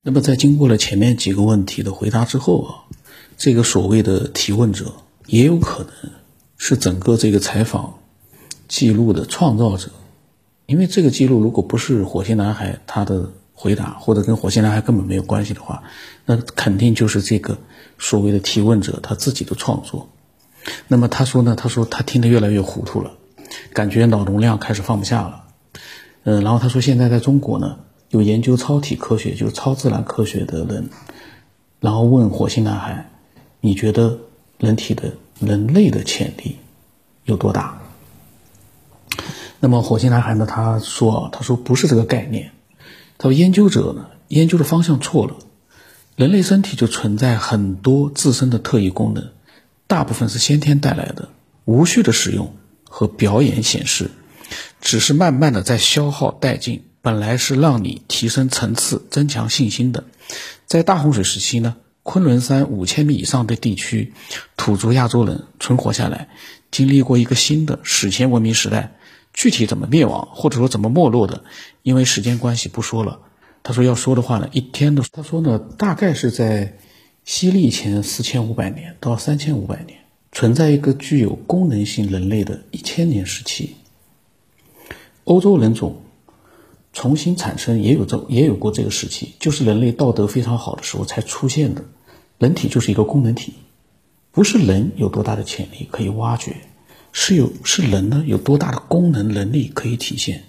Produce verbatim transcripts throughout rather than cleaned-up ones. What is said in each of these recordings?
那么在经过了前面几个问题的回答之后啊，这个所谓的提问者也有可能是整个这个采访记录的创造者，因为这个记录如果不是火星男孩他的回答，或者跟火星男孩根本没有关系的话，那肯定就是这个所谓的提问者他自己的创作。那么他说呢，他说他听得越来越糊涂了，感觉脑容量开始放不下了。嗯，然后他说现在在中国呢，有研究超体科学，就是超自然科学的人，然后问火星男孩，你觉得人体的人类的潜力有多大？那么火星男孩呢，他说他说不是这个概念，他说研究者呢研究的方向错了，人类身体就存在很多自身的特异功能，大部分是先天带来的，无序的使用和表演显示，只是慢慢的在消耗殆尽，本来是让你提升层次增强信心的。在大洪水时期呢，昆仑山五千米以上的地区土著亚洲人存活下来，经历过一个新的史前文明时代，具体怎么灭亡或者说怎么没落的，因为时间关系不说了。他说要说的话呢，一天都他说呢，大概是在西历前四千五百年到三千五百年，存在一个具有功能性人类的一千年时期。欧洲人种重新产生也有这也有过这个时期，就是人类道德非常好的时候才出现的。人体就是一个功能体，不是人有多大的潜力可以挖掘，是有是人呢有多大的功能能力可以体现，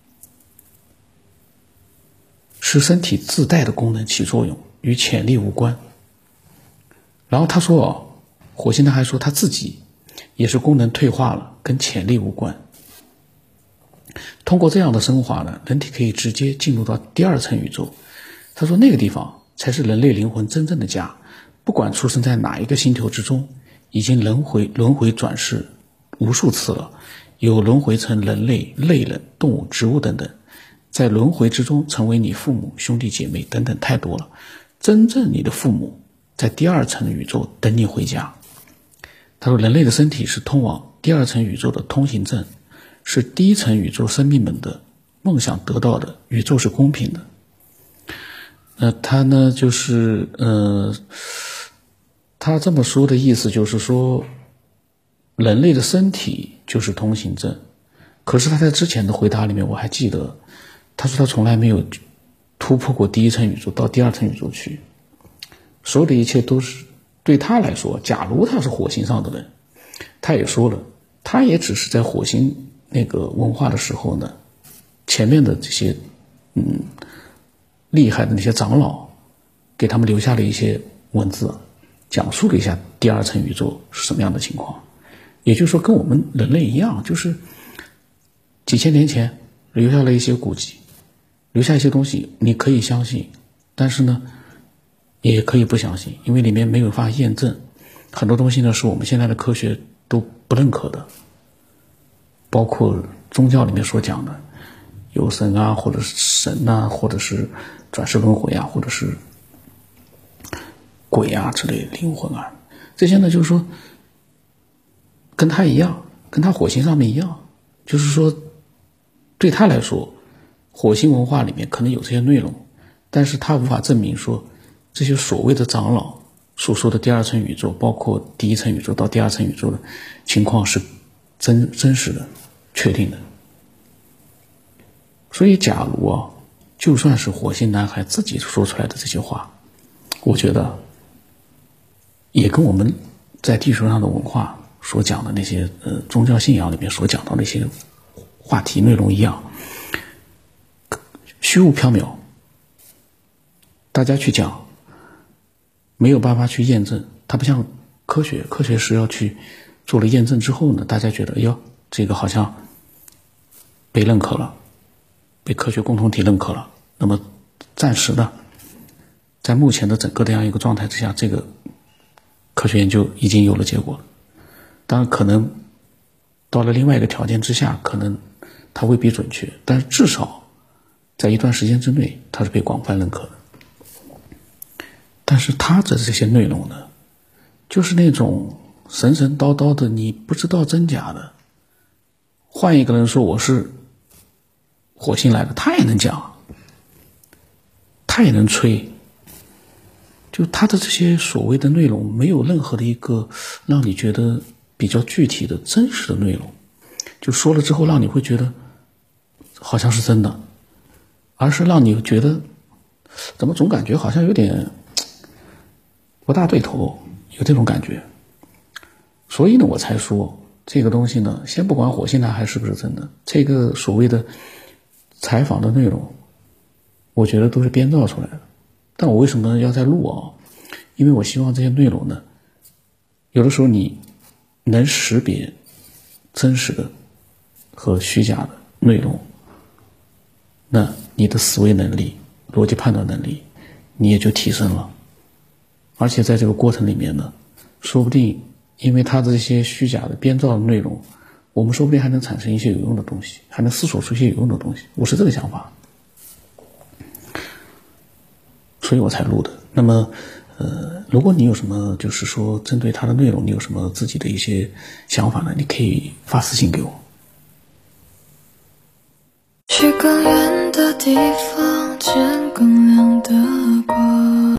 是身体自带的功能起作用，与潜力无关。然后他说哦，火星男孩说他自己也是功能退化了，跟潜力无关。通过这样的升华呢，人体可以直接进入到第二层宇宙。他说那个地方才是人类灵魂真正的家，不管出生在哪一个星球之中，已经轮回轮回转世无数次了，有轮回成人类、类人、动物、植物等等，在轮回之中成为你父母、兄弟姐妹等等太多了。真正你的父母在第二层宇宙等你回家。他说人类的身体是通往第二层宇宙的通行证，是第一层宇宙生命们的梦想得到的，宇宙是公平的。呃，他呢就是呃，他这么说的意思就是说，人类的身体就是通行证。可是他在之前的回答里面，我还记得，他说他从来没有突破过第一层宇宙到第二层宇宙去，所有的一切都是对他来说，假如他是火星上的人，他也说了，他也只是在火星那个文化的时候呢，前面的这些嗯厉害的那些长老给他们留下了一些文字，讲述了一下第二层宇宙是什么样的情况。也就是说跟我们人类一样，就是几千年前留下了一些古籍，留下一些东西你可以相信，但是呢也可以不相信，因为里面没有办法验证。很多东西呢是我们现在的科学都不认可的，包括宗教里面所讲的有神啊，或者是神啊，或者是转世轮回啊，或者是鬼啊之类的灵魂啊，这些呢就是说跟他一样，跟他火星上面一样，就是说对他来说火星文化里面可能有这些内容，但是他无法证明说这些所谓的长老所说的第二层宇宙，包括第一层宇宙到第二层宇宙的情况是真真实的、确定的。所以假如啊，就算是火星男孩自己说出来的这些话，我觉得也跟我们在地球上的文化所讲的那些呃宗教信仰里面所讲到的那些话题内容一样，虚无缥缈，大家去讲没有办法去验证。它不像科学，科学是要去做了验证之后呢，大家觉得哎呦这个好像被认可了，被科学共同体认可了。那么暂时呢，在目前的整个这样一个状态之下，这个科学研究已经有了结果了。当然可能到了另外一个条件之下，可能它未必准确，但是至少在一段时间之内它是被广泛认可的。但是它的这些内容呢，就是那种神神叨叨的，你不知道真假的。换一个人说我是火星来的，他也能讲，他也能吹， 就他的这些所谓的内容没有任何的一个让你觉得比较具体的真实的内容，就说了之后让你会觉得好像是真的，而是让你觉得怎么总感觉好像有点不大对头，有这种感觉。所以呢我才说这个东西呢，先不管火星男孩是不是真的，这个所谓的采访的内容我觉得都是编造出来的。但我为什么要再录啊？因为我希望这些内容呢，有的时候你能识别真实的和虚假的内容，那你的思维能力、逻辑判断能力你也就提升了。而且在这个过程里面呢，说不定因为他的这些虚假的编造的内容，我们说不定还能产生一些有用的东西，还能思索出一些有用的东西，我是这个想法，所以我才录的。那么呃，如果你有什么就是说针对它的内容你有什么自己的一些想法呢，你可以发私信给我。 去更远的地方，见更亮的光。